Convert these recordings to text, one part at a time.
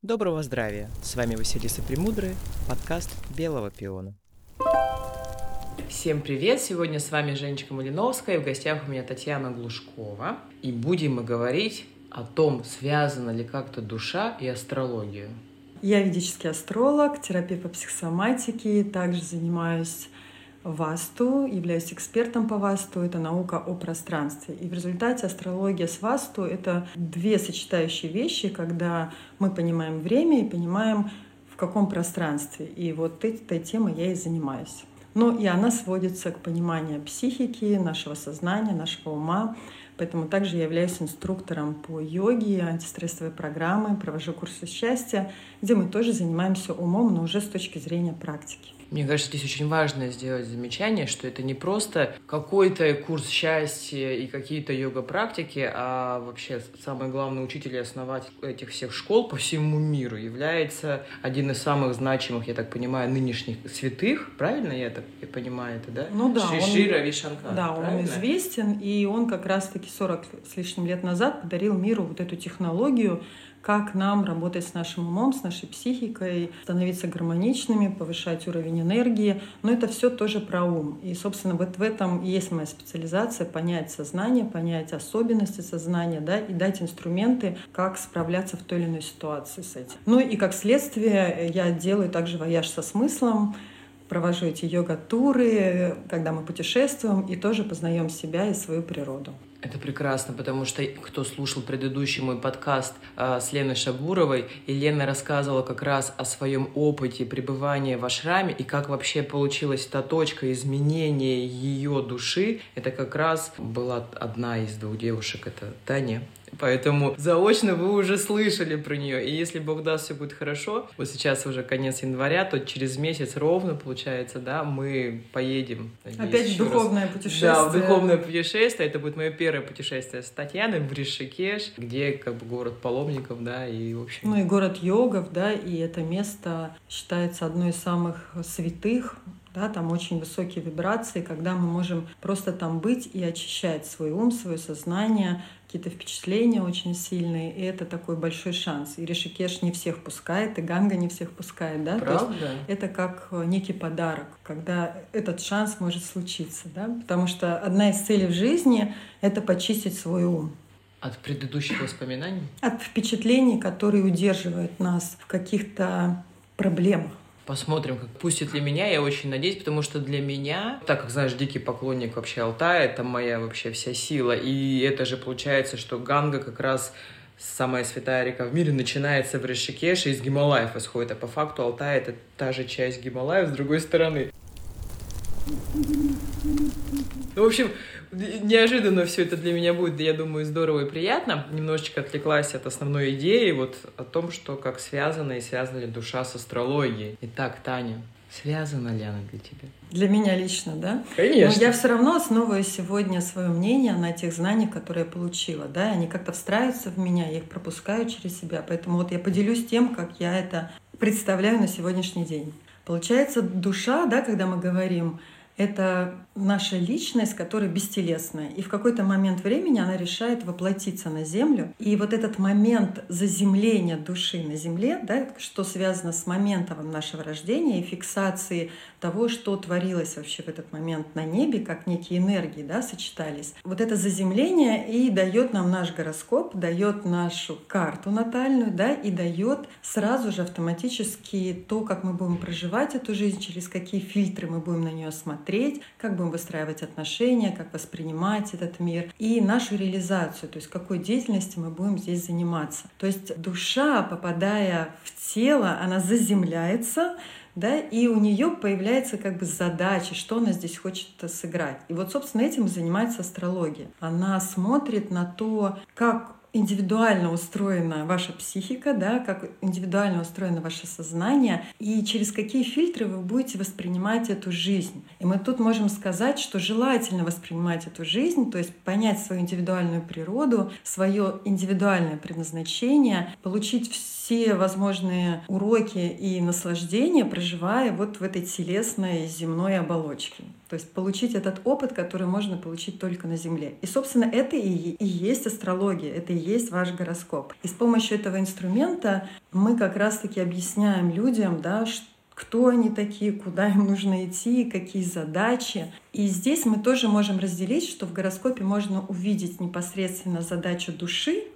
Доброго здравия! С вами Василиса Премудрая, подкаст «Белого пиона». Всем привет! Сегодня с вами Женечка Малиновская, и в гостях у меня Татьяна Глушкова. И будем мы говорить о том, связана ли как-то душа и астрология. Я ведический астролог, терапевт по психосоматике, также занимаюсь васту, являюсь экспертом по васту. Это наука о пространстве. И в результате астрология с васту — это две сочетающие вещи, когда мы понимаем время и понимаем, в каком пространстве. И вот этой темой я и занимаюсь. Ну и она сводится к пониманию психики, нашего сознания, нашего ума. Поэтому также я являюсь инструктором по йоге, антистрессовой программы, провожу курсы счастья, где мы тоже занимаемся умом, но уже с точки зрения практики. Мне кажется, здесь очень важно сделать замечание, что это не просто какой-то курс счастья и какие-то йога-практики, а вообще самый главный учитель и основатель этих всех школ по всему миру является один из самых значимых, я так понимаю, нынешних святых. Правильно я так понимаю это, да? Ну да. Шри Рави Шанкар. Да, правильно? Он известен, и он как раз-таки 40 с лишним лет назад подарил миру вот эту технологию, как нам работать с нашим умом, с нашей психикой, становиться гармоничными, повышать уровень энергии. Но это все тоже про ум. И, собственно, вот в этом и есть моя специализация — понять сознание, понять особенности сознания, да, и дать инструменты, как справляться в той или иной ситуации с этим. Ну и как следствие я делаю также вояж со смыслом, провожу эти йога-туры, когда мы путешествуем, и тоже познаем себя и свою природу. Это прекрасно, потому что кто слушал предыдущий мой подкаст с Леной Шабуровой, и Лена рассказывала как раз о своем опыте пребывания в ашраме и как вообще получилась та точка изменения ее души. Это как раз была одна из двух девушек, это Таня. Поэтому заочно вы уже слышали про нее. И если Бог даст, все будет хорошо, вот сейчас уже конец января, то через месяц ровно, получается, да, мы поедем. Опять в духовное путешествие. Да, в духовное путешествие. Это будет мое первое путешествие с Татьяной в Ришикеш, где как бы город паломников, да, и в общем... Ну и город йогов, да, и это место считается одной из самых святых. Да, там очень высокие вибрации, когда мы можем просто там быть и очищать свой ум, свое сознание, какие-то впечатления очень сильные, и это такой большой шанс. И Ришикеш не всех пускает, и Ганга не всех пускает, да. Правда? То есть это как некий подарок, когда этот шанс может случиться, да, потому что одна из целей в жизни — это почистить свой ум. От предыдущих воспоминаний? От впечатлений, которые удерживают нас в каких-то проблемах. Посмотрим, как пустит ли меня, я очень надеюсь, потому что для меня, так как, знаешь, дикий поклонник вообще Алтая, это моя вообще вся сила, и это же получается, что Ганга как раз самая святая река в мире начинается в Ришикеше, из Гималаев исходит, а по факту Алтай — это та же часть Гималаев с другой стороны. Ну, в общем, неожиданно все это для меня будет, я думаю, здорово и приятно. Немножечко отвлеклась от основной идеи, вот о том, что как связана и связана ли душа с астрологией. Итак, Таня, связана ли она для тебя? Для меня лично, да? Конечно. Но я все равно основываю сегодня свое мнение на тех знаниях, которые я получила, да, они как-то встраиваются в меня, я их пропускаю через себя, поэтому вот я поделюсь тем, как я это представляю на сегодняшний день. Получается, душа, да, когда мы говорим, это наша личность, которая бестелесная. И в какой-то момент времени она решает воплотиться на Землю. И вот этот момент заземления души на Земле, да, что связано с моментом нашего рождения и фиксации того, что творилось вообще в этот момент на небе, как некие энергии, да, сочетались. Вот это заземление и дает нам наш гороскоп, дает нашу карту натальную, да, и дает сразу же автоматически то, как мы будем проживать эту жизнь, через какие фильтры мы будем на нее смотреть, как будем выстраивать отношения, как воспринимать этот мир и нашу реализацию, то есть какой деятельностью мы будем здесь заниматься. То есть душа, попадая в тело, она заземляется, да, и у нее появляется как бы задача, что она здесь хочет сыграть. И вот, собственно, этим занимается астрология. Она смотрит на то, как индивидуально устроена ваша психика, да, как индивидуально устроено ваше сознание и через какие фильтры вы будете воспринимать эту жизнь. И мы тут можем сказать, что желательно воспринимать эту жизнь, то есть понять свою индивидуальную природу, свое индивидуальное предназначение, получить все возможные уроки и наслаждения, проживая вот в этой телесной земной оболочке. То То есть получить этот опыт, который можно получить только на Земле. И, собственно, это и есть астрология, это и есть ваш гороскоп. И с помощью этого инструмента мы как раз-таки объясняем людям, да, кто они такие, куда им нужно идти, какие задачи. И здесь мы тоже можем разделить, что в гороскопе можно увидеть непосредственно задачу души,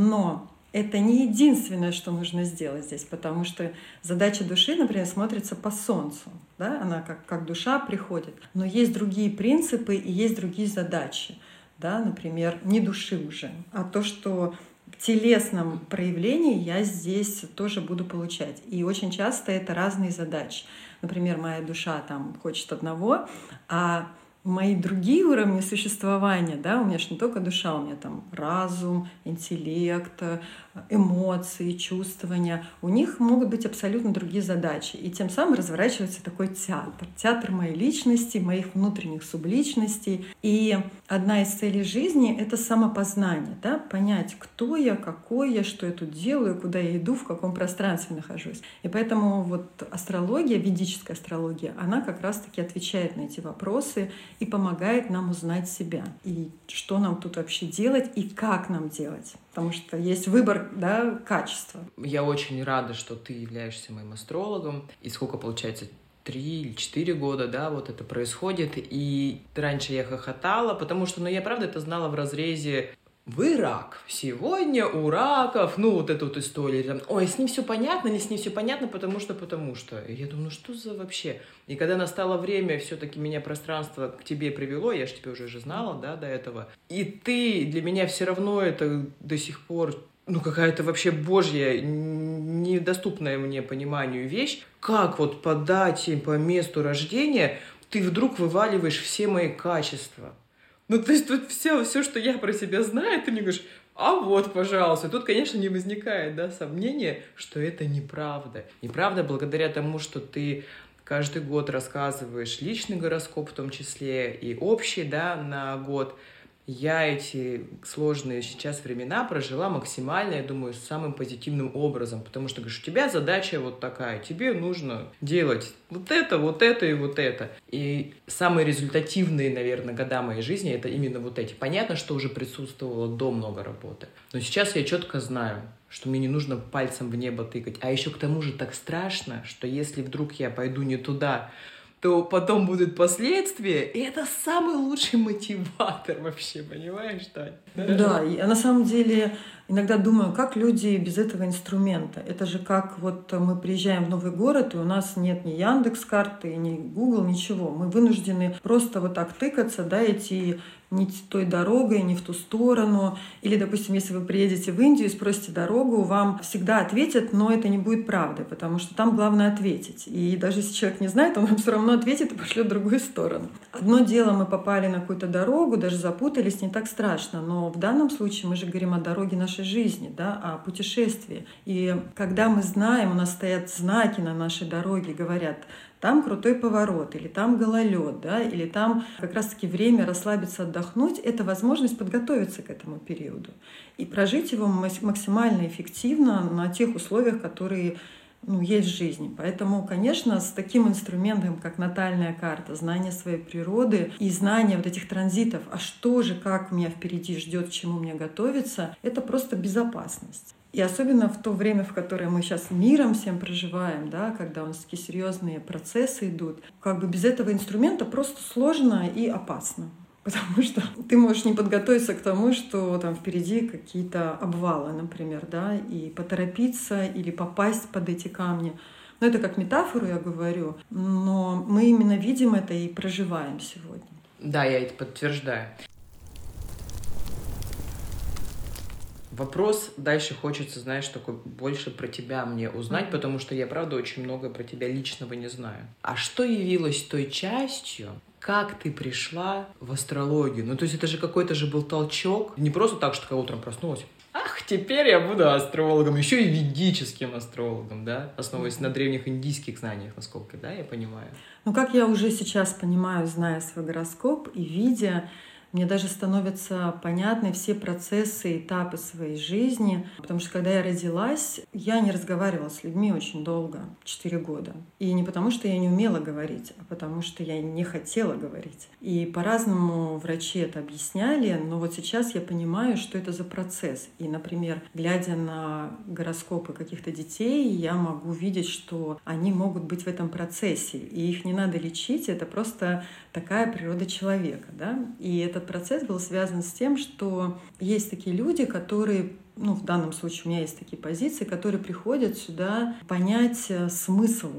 но это не единственное, что нужно сделать здесь, потому что задача души, например, смотрится по Солнцу, да? Она как душа приходит. Но есть другие принципы и есть другие задачи, да? Например, не души уже, а то, что в телесном проявлении я здесь тоже буду получать. И очень часто это разные задачи. Например, моя душа там хочет одного, а мои другие уровни существования, да, у меня же не только душа, у меня там разум, интеллект, эмоции, чувствования, у них могут быть абсолютно другие задачи. И тем самым разворачивается такой театр моей личности, моих внутренних субличностей. И одна из целей жизни — это самопознание, да, понять, кто я, какой я, что я тут делаю, куда я иду, в каком пространстве нахожусь. И поэтому вот астрология, ведическая астрология, она как раз-таки отвечает на эти вопросы и помогает нам узнать себя, и что нам тут вообще делать, и как нам делать. Потому что есть выбор, да, качества. Я очень рада, что ты являешься моим астрологом. И сколько, получается, 3 или 4 года, да, вот это происходит. И раньше я хохотала, потому что, я правда это знала в разрезе: вы рак, сегодня у раков, вот эту вот историю, там, ой, с ним все понятно, не с ним все понятно, потому что. И я думаю, что за вообще? И когда настало время, все-таки меня пространство к тебе привело, я же тебя уже знала, да, до этого, и ты для меня все равно это до сих пор, какая-то вообще божья, недоступная мне пониманию вещь, как вот по дате, по месту рождения ты вдруг вываливаешь все мои качества. То есть тут все, что я про себя знаю, ты мне говоришь: а вот, пожалуйста. Тут, конечно, не возникает, да, сомнения, что это неправда. Неправда благодаря тому, что ты каждый год рассказываешь личный гороскоп в том числе и общий, да, на год. Я эти сложные сейчас времена прожила максимально, я думаю, самым позитивным образом, потому что, говоришь, у тебя задача вот такая, тебе нужно делать вот это и вот это. И самые результативные, наверное, года моей жизни — это именно вот эти. Понятно, что уже присутствовало много работы, но сейчас я четко знаю, что мне не нужно пальцем в небо тыкать, а еще к тому же так страшно, что если вдруг я пойду не туда, то потом будут последствия, и это самый лучший мотиватор вообще, понимаешь, Тань? Да, и на самом деле иногда думаю, как люди без этого инструмента. Это же как вот мы приезжаем в новый город, и у нас нет ни Яндекс.Карты, ни Google, ничего. Мы вынуждены просто вот так тыкаться, да, идти не той дорогой, не в ту сторону. Или, допустим, если вы приедете в Индию и спросите дорогу, вам всегда ответят, но это не будет правдой, потому что там главное ответить. И даже если человек не знает, он вам все равно ответит и пошлет в другую сторону. Одно дело, мы попали на какую-то дорогу, даже запутались, не так страшно. Но в данном случае мы же говорим о дороге нашей жизни, да, о путешествии. И когда мы знаем, у нас стоят знаки на нашей дороге, говорят: там крутой поворот, или там гололед, да, или там как раз-таки время расслабиться, отдохнуть — это возможность подготовиться к этому периоду и прожить его максимально эффективно на тех условиях, которые есть в жизни. Поэтому, конечно, с таким инструментом, как натальная карта, знание своей природы и знание вот этих транзитов, а что же, как меня впереди ждет, к чему мне готовиться, это просто безопасность. И особенно в то время, в которое мы сейчас миром всем проживаем, да, когда у нас такие серьезные процессы идут, как бы без этого инструмента просто сложно и опасно. Потому что ты можешь не подготовиться к тому, что там впереди какие-то обвалы, например, да, и поторопиться или попасть под эти камни. Но это как метафору я говорю, но мы именно видим это и проживаем сегодня. Да, я это подтверждаю. Вопрос дальше хочется, знаешь, такой больше про тебя мне узнать, потому что я, правда, очень много про тебя личного не знаю. А что явилось той частью, как ты пришла в астрологию? То есть это же какой-то же был толчок. Не просто так, что ты утром проснулась: ах, теперь я буду астрологом, еще и ведическим астрологом, да, основываясь на древних индийских знаниях, насколько, да, я понимаю. Как я уже сейчас понимаю, зная свой гороскоп и видя, Мне даже становятся понятны все процессы, этапы своей жизни, потому что когда я родилась, я не разговаривала с людьми очень долго, 4 года. И не потому, что я не умела говорить, а потому что я не хотела говорить. И по-разному врачи это объясняли, но вот сейчас я понимаю, что это за процесс. И, например, глядя на гороскопы каких-то детей, я могу видеть, что они могут быть в этом процессе, и их не надо лечить, это просто такая природа человека, да? И этот процесс был связан с тем, что есть такие люди, которые, в данном случае у меня есть такие позиции, которые приходят сюда понять смысл,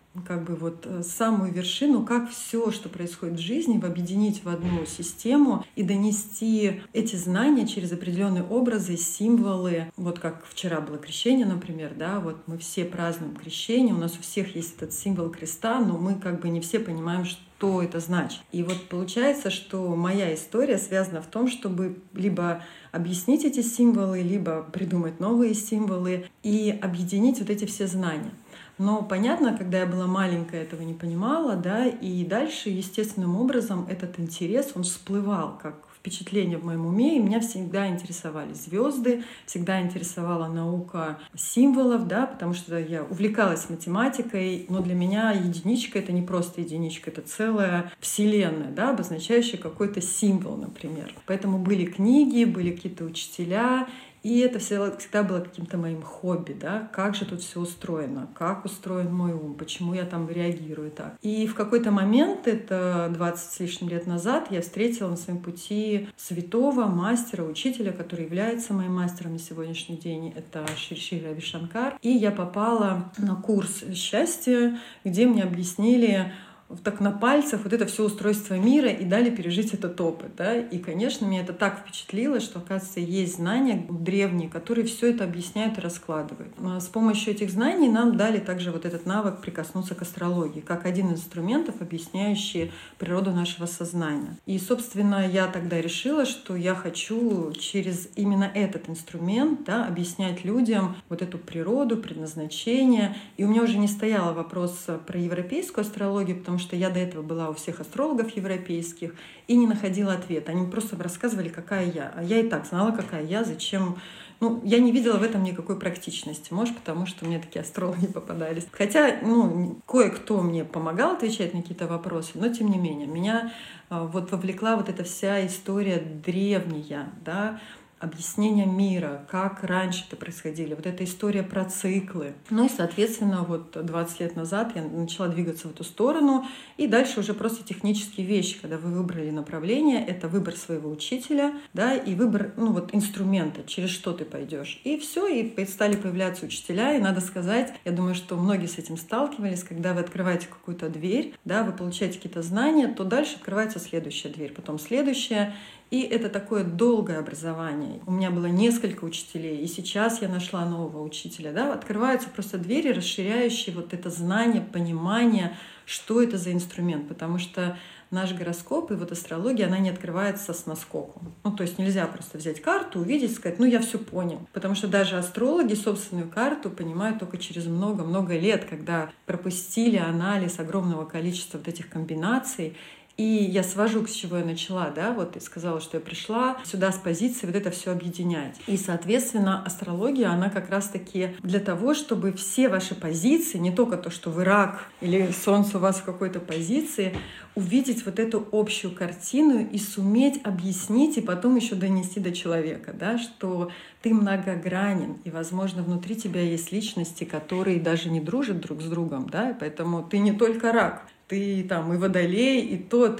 самую вершину, как все, что происходит в жизни, объединить в одну систему и донести эти знания через определенные образы, символы. Вот как вчера было крещение, например, да, вот мы все празднуем крещение, у нас у всех есть этот символ креста, но мы не все понимаем, что это значит. И вот получается, что моя история связана в том, чтобы либо объяснить эти символы, либо придумать новые символы и объединить вот эти все знания. Но понятно, когда я была маленькая, этого не понимала, да, и дальше естественным образом этот интерес, он всплывал как впечатление в моем уме, и меня всегда интересовали звезды, всегда интересовала наука символов, да, потому что я увлекалась математикой, но для меня единичка — это не просто единичка, это целая вселенная, да, обозначающая какой-то символ, например. Поэтому были книги, были какие-то учителя, и это всегда было каким-то моим хобби, да, как же тут все устроено, как устроен мой ум, почему я там реагирую так. И в какой-то момент, это 20 с лишним лет назад, я встретила на своем пути святого мастера, учителя, который является моим мастером на сегодняшний день, это Шри Рави Шанкар. И я попала на курс счастья, где мне объяснили так на пальцах вот это все устройство мира и дали пережить этот опыт. Да? И, конечно, меня это так впечатлило, что, оказывается, есть знания древние, которые все это объясняют и раскладывают. С помощью этих знаний нам дали также вот этот навык прикоснуться к астрологии, как один из инструментов, объясняющий природу нашего сознания. И, собственно, я тогда решила, что я хочу через именно этот инструмент, да, объяснять людям вот эту природу, предназначение. И у меня уже не стоял вопрос про европейскую астрологию, потому что я до этого была у всех астрологов европейских и не находила ответа. Они просто рассказывали, какая я. А я и так знала, какая я, зачем. Я не видела в этом никакой практичности. Может, потому что мне такие астрологи попадались. Хотя, кое-кто мне помогал отвечать на какие-то вопросы, но тем не менее, меня вовлекла вот эта вся история древняя, да, объяснение мира, как раньше это происходило, вот эта история про циклы. И, соответственно, 20 лет назад я начала двигаться в эту сторону, и дальше уже просто технические вещи, когда вы выбрали направление, это выбор своего учителя, да, и выбор, инструмента, через что ты пойдешь. И все, и стали появляться учителя, и надо сказать, я думаю, что многие с этим сталкивались, когда вы открываете какую-то дверь, да, вы получаете какие-то знания, то дальше открывается следующая дверь, потом следующая. И это такое долгое образование. У меня было несколько учителей, и сейчас я нашла нового учителя. Да? Открываются просто двери, расширяющие вот это знание, понимание, что это за инструмент. Потому что наш гороскоп и астрология, она не открывается с наскоку. То есть нельзя просто взять карту, увидеть, сказать, я все понял. Потому что даже астрологи собственную карту понимают только через много-много лет, когда пропустили анализ огромного количества вот этих комбинаций. И я свожу, с чего я начала, да, и сказала, что я пришла сюда с позиции вот это все объединять. И, соответственно, астрология, она как раз-таки для того, чтобы все ваши позиции, не только то, что вы рак или солнце у вас в какой-то позиции, увидеть вот эту общую картину и суметь объяснить, и потом еще донести до человека, да, что ты многогранен, и, возможно, внутри тебя есть личности, которые даже не дружат друг с другом, да, и поэтому ты не только рак, ты там и водолей, и тот,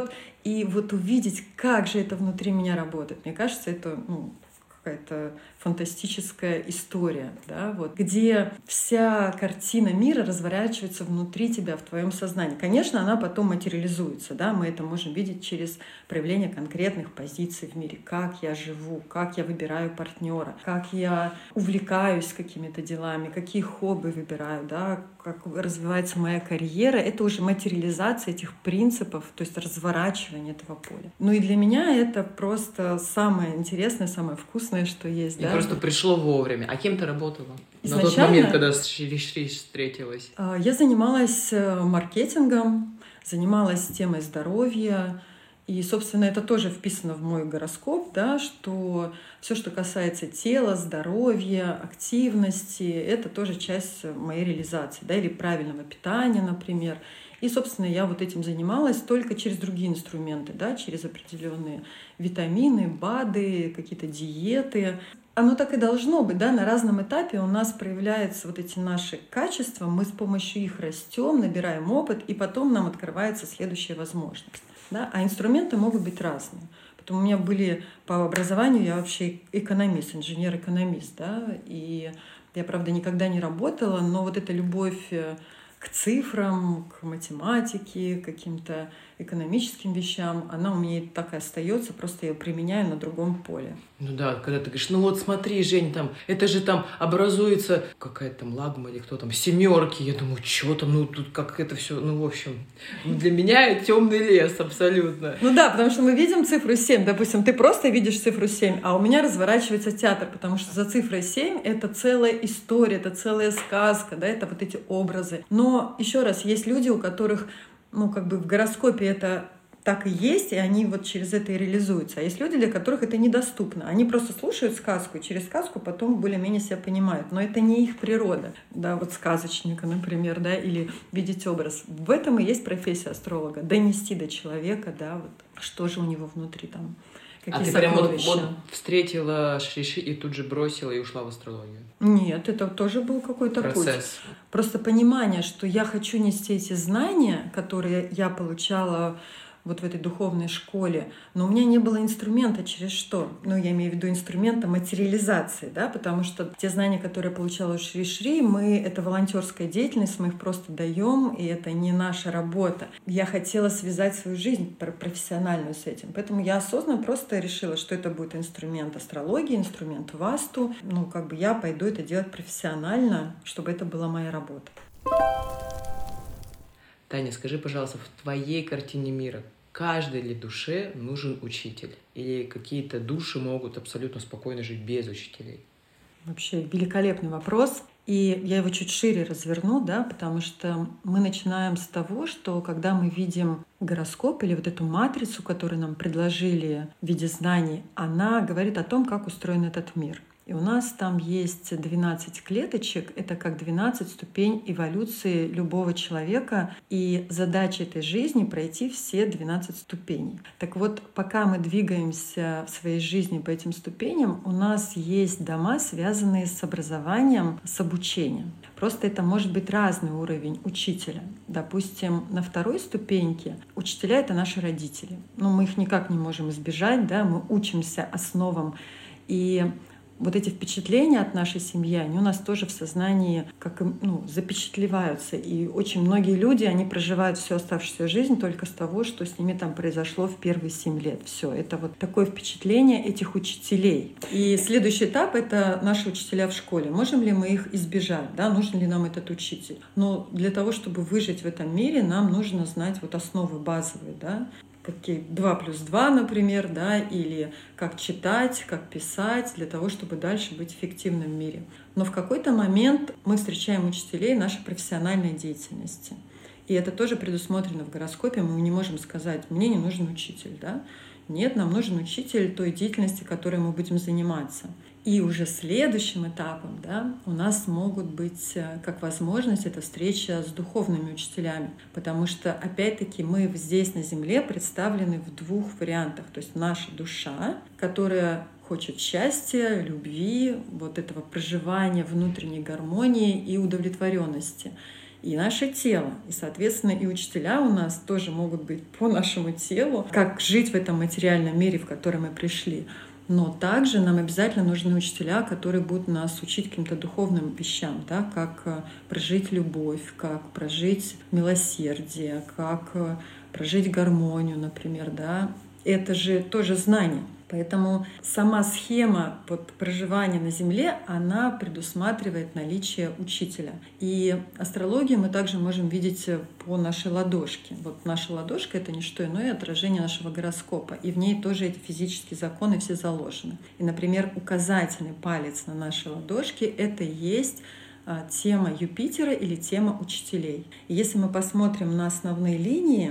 и увидеть, как же это внутри меня работает. Мне кажется, это какая-то фантастическая история, да, где вся картина мира разворачивается внутри тебя, в твоем сознании. Конечно, она потом материализуется, да, мы это можем видеть через проявление конкретных позиций в мире, как я живу, как я выбираю партнера, как я увлекаюсь какими-то делами, какие хобби выбираю, да, как развивается моя карьера. Это уже материализация этих принципов, то есть разворачивание этого поля. И для меня это просто самое интересное, самое вкусное, что есть. И просто пришло вовремя. А кем ты работала? Изначально, на тот момент, когда с Шри встретилась? Я занималась маркетингом, занималась темой здоровья. И, собственно, это тоже вписано в мой гороскоп, да, что все, что касается тела, здоровья, активности, это тоже часть моей реализации, да, или правильного питания, например. И, собственно, я вот этим занималась только через другие инструменты, да, через определенные витамины, БАДы, какие-то диеты. Оно так и должно быть, да, на разном этапе у нас проявляются вот эти наши качества, мы с помощью их растем, набираем опыт, и потом нам открывается следующая возможность. Да? А инструменты могут быть разные. Потом у меня были по образованию, я вообще экономист, инженер-экономист, да, и я, правда, никогда не работала, но вот эта любовь к цифрам, к математике, к каким-то экономическим вещам, она у меня так и остается, просто я ее применяю на другом поле. Ну да, когда ты говоришь, ну вот смотри, Жень, там, это же там образуется какая-то там лагма или кто там, семерки. Я думаю, что там, ну тут как это все, ну в общем, для меня темный лес абсолютно. Ну да, потому что мы видим цифру 7, допустим, ты просто видишь цифру 7, а у меня разворачивается театр, потому что за цифрой 7 это целая история, это целая сказка, да, это вот эти образы. Но еще раз, есть люди, у которых, ну как бы в гороскопе это так и есть, и они вот через это и реализуются. А есть люди, для которых это недоступно. Они просто слушают сказку, и через сказку потом более-менее себя понимают. Но это не их природа, да, вот сказочника, например, да, или видеть образ. В этом и есть профессия астролога. Донести до человека, да, вот что же у него внутри там. Какие ты прям вот встретила Шри-Шри и тут же бросила и ушла в астрологию? Нет, это тоже был какой-то путь. Просто понимание, что я хочу нести эти знания, которые я получала вот в этой духовной школе, но у меня не было инструмента через что? Ну, я имею в виду инструмента материализации, да, потому что те знания, которые я получала у Шри-Шри, это волонтерская деятельность, мы их просто даем, и это не наша работа. Я хотела связать свою жизнь профессиональную с этим, поэтому я осознанно просто решила, что это будет инструмент астрологии, инструмент васту, ну, как бы я пойду это делать профессионально, чтобы это была моя работа. Таня, скажи, пожалуйста, в твоей картине мира каждой ли душе нужен учитель? Или какие-то души могут абсолютно спокойно жить без учителей? Вообще великолепный вопрос. И я его чуть шире разверну, да, потому что мы начинаем с того, что когда мы видим гороскоп или вот эту матрицу, которую нам предложили в виде знаний, она говорит о том, как устроен этот мир. И у нас там есть 12 клеточек, это как 12 ступень эволюции любого человека, и задача этой жизни — пройти все 12 ступеней. Так вот, пока мы двигаемся в своей жизни по этим ступеням, у нас есть дома, связанные с образованием, с обучением. Просто это может быть разный уровень учителя. Допустим, на второй ступеньке учителя — это наши родители. Но мы их никак не можем избежать, да? Мы учимся основам. И вот эти впечатления от нашей семьи, они у нас тоже в сознании запечатлеваются. И очень многие люди, они проживают всю оставшуюся жизнь только с того, что с ними там произошло в первые 7 лет. Все, это вот такое впечатление этих учителей. И следующий этап — это наши учителя в школе. Можем ли мы их избежать? Да? Нужен ли нам этот учитель? Но для того, чтобы выжить в этом мире, нам нужно знать вот основы базовые, да? Какие 2+2, например, да, или как читать, как писать, для того, чтобы дальше быть эффективным в мире. Но в какой-то момент мы встречаем учителей нашей профессиональной деятельности. И это тоже предусмотрено в гороскопе. Мы не можем сказать: мне не нужен учитель, да? Нет, нам нужен учитель той деятельности, которой мы будем заниматься. И уже следующим этапом, да, у нас могут быть как возможность эта встреча с духовными учителями, потому что, опять-таки, мы здесь на Земле представлены в 2 вариантах. То есть наша душа, которая хочет счастья, любви, вот этого проживания внутренней гармонии и удовлетворенности. И наше тело. И, соответственно, и учителя у нас тоже могут быть по нашему телу, как жить в этом материальном мире, в который мы пришли. Но также нам обязательно нужны учителя, которые будут нас учить каким-то духовным вещам, да, как прожить любовь, как прожить милосердие, как прожить гармонию, например. Да. Это же тоже знание. Поэтому сама схема проживания на Земле, она предусматривает наличие учителя. И астрологию мы также можем видеть по нашей ладошке. Вот наша ладошка — это не что иное отражение нашего гороскопа. И в ней тоже эти физические законы все заложены. И, например, указательный палец на нашей ладошке — это и есть тема Юпитера или тема учителей. И если мы посмотрим на основные линии,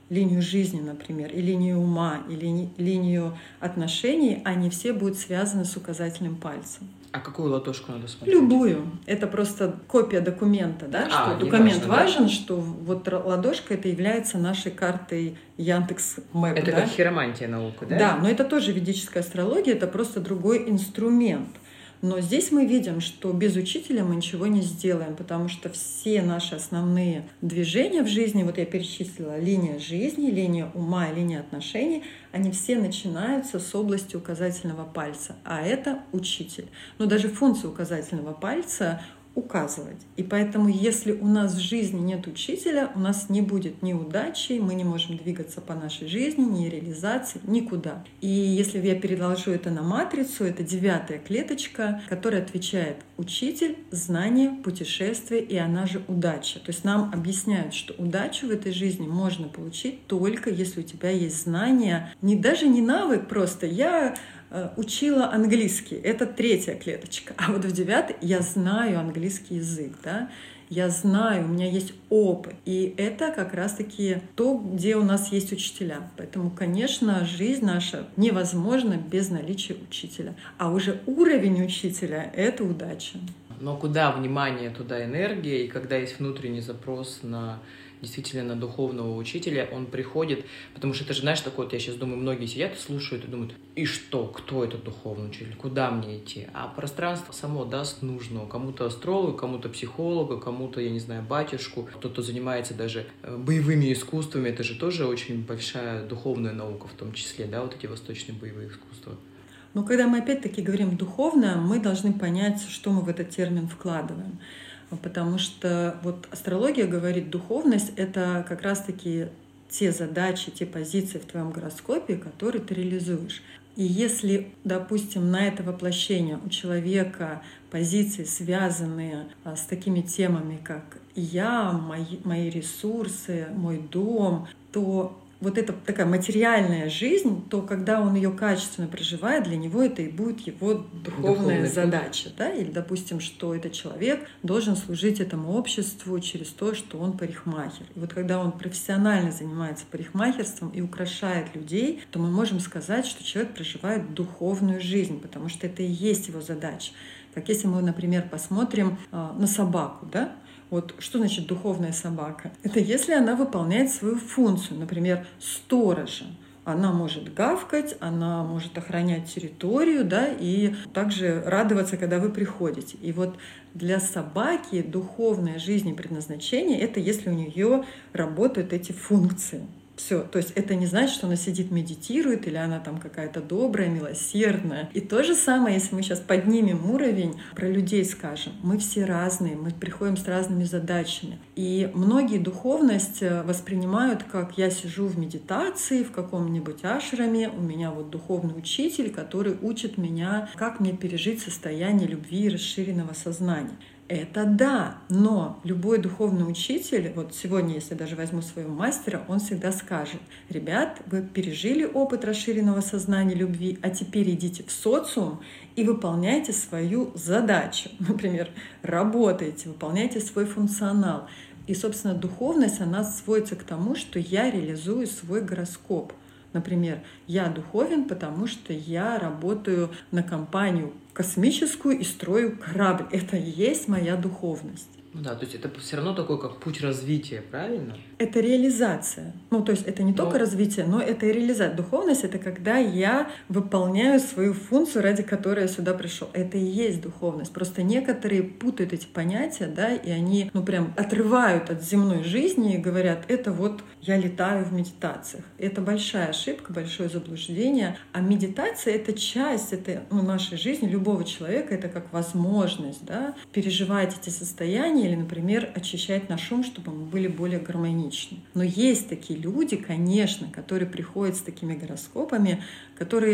линию жизни, например, и линию ума, или линию отношений, они все будут связаны с указательным пальцем. А какую ладошку надо смотреть? Любую. Это просто копия документа, да? Что документ важен, что вот ладошка это является нашей картой Яндекс.Мэп. Это как хиромантия наука, да? Да, но это тоже ведическая астрология, это просто другой инструмент. Но здесь мы видим, что без учителя мы ничего не сделаем, потому что все наши основные движения в жизни, вот я перечислила, линия жизни, линия ума и линия отношений, они все начинаются с области указательного пальца, а это учитель. Но даже функция указательного пальца — указывать. И поэтому, если у нас в жизни нет учителя, у нас не будет ни удачи, мы не можем двигаться по нашей жизни, ни реализации, никуда. И если я переложу это на матрицу, это 9-я клеточка, которая отвечает учитель, знание, путешествие, и она же удача. То есть нам объясняют, что удачу в этой жизни можно получить только если у тебя есть знания, даже не навык просто. Я учила английский, это 3-я клеточка, а вот в 9-й я знаю английский язык, да? Я знаю, у меня есть опыт, и это как раз-таки то, где у нас есть учителя. Поэтому, конечно, жизнь наша невозможна без наличия учителя, а уже уровень учителя — это удача. Но куда внимание, туда энергия, и когда есть внутренний запрос на действительно на духовного учителя, он приходит, потому что это же, знаешь, такое, вот я сейчас думаю, многие сидят и слушают и думают, и что, кто этот духовный учитель, куда мне идти? А пространство само даст нужного, кому-то астролога, кому-то психолога, кому-то, я не знаю, батюшку, кто-то занимается даже боевыми искусствами, это же тоже очень большая духовная наука в том числе, да, вот эти восточные боевые искусства. Но когда мы опять-таки говорим «духовное», мы должны понять, что мы в этот термин вкладываем. Потому что вот астрология говорит, духовность — это как раз-таки те задачи, те позиции в твоем гороскопе, которые ты реализуешь. И если, допустим, на это воплощение у человека позиции, связанные с такими темами, как я, мои ресурсы, мой дом, то вот эта такая материальная жизнь, то когда он ее качественно проживает, для него это и будет его духовная задача. Да? Или, допустим, что этот человек должен служить этому обществу через то, что он парикмахер. И вот когда он профессионально занимается парикмахерством и украшает людей, то мы можем сказать, что человек проживает духовную жизнь, потому что это и есть его задача. Как если мы, например, посмотрим на собаку, да? Вот что значит духовная собака? Это если она выполняет свою функцию, например, сторожа. Она может гавкать, она может охранять территорию, да, и также радоваться, когда вы приходите. И вот для собаки духовная жизнь и предназначение — это если у нее работают эти функции. Все, то есть это не значит, что она сидит, медитирует, или она там какая-то добрая, милосердная. И то же самое, если мы сейчас поднимем уровень, про людей скажем. Мы все разные, мы приходим с разными задачами. И многие духовность воспринимают, как я сижу в медитации, в каком-нибудь ашраме, у меня вот духовный учитель, который учит меня, как мне пережить состояние любви и расширенного сознания. Это да, но любой духовный учитель, вот сегодня, если даже возьму своего мастера, он всегда скажет: ребят, вы пережили опыт расширенного сознания любви, а теперь идите в социум и выполняйте свою задачу. Например, работайте, выполняйте свой функционал. И, собственно, духовность, она сводится к тому, что я реализую свой гороскоп. Например, я духовен, потому что я работаю на компанию космическую и строю корабль. Это и есть моя духовность. Ну да, то есть это все равно такой как путь развития, правильно? Это реализация. Ну, то есть это не только развитие, но это и реализация. Духовность — это когда я выполняю свою функцию, ради которой я сюда пришел. Это и есть духовность. Просто некоторые путают эти понятия, да, и они, прям отрывают от земной жизни и говорят: это вот я летаю в медитациях. Это большая ошибка, большое заблуждение. А медитация — это часть нашей жизни, любого человека. Это как возможность, да, переживать эти состояния, или, например, очищать наш ум, чтобы мы были более гармоничны. Но есть такие люди, конечно, которые приходят с такими гороскопами, которые